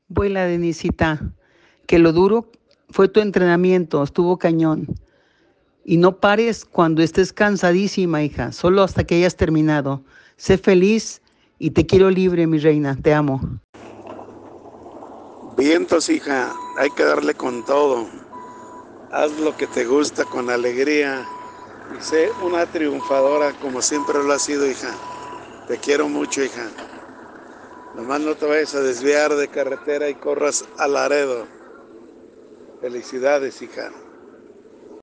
Vuela, Denisita, que lo duro fue tu entrenamiento, estuvo cañón. Y no pares cuando estés cansadísima, hija, solo hasta que hayas terminado. Sé feliz y te quiero libre, mi reina, te amo. Vientos, hija, hay que darle con todo. Haz lo que te gusta con alegría y sé una triunfadora como siempre lo has sido, hija. Te quiero mucho, hija. Nomás no te vayas a desviar de carretera y corras a Laredo. Felicidades, hija.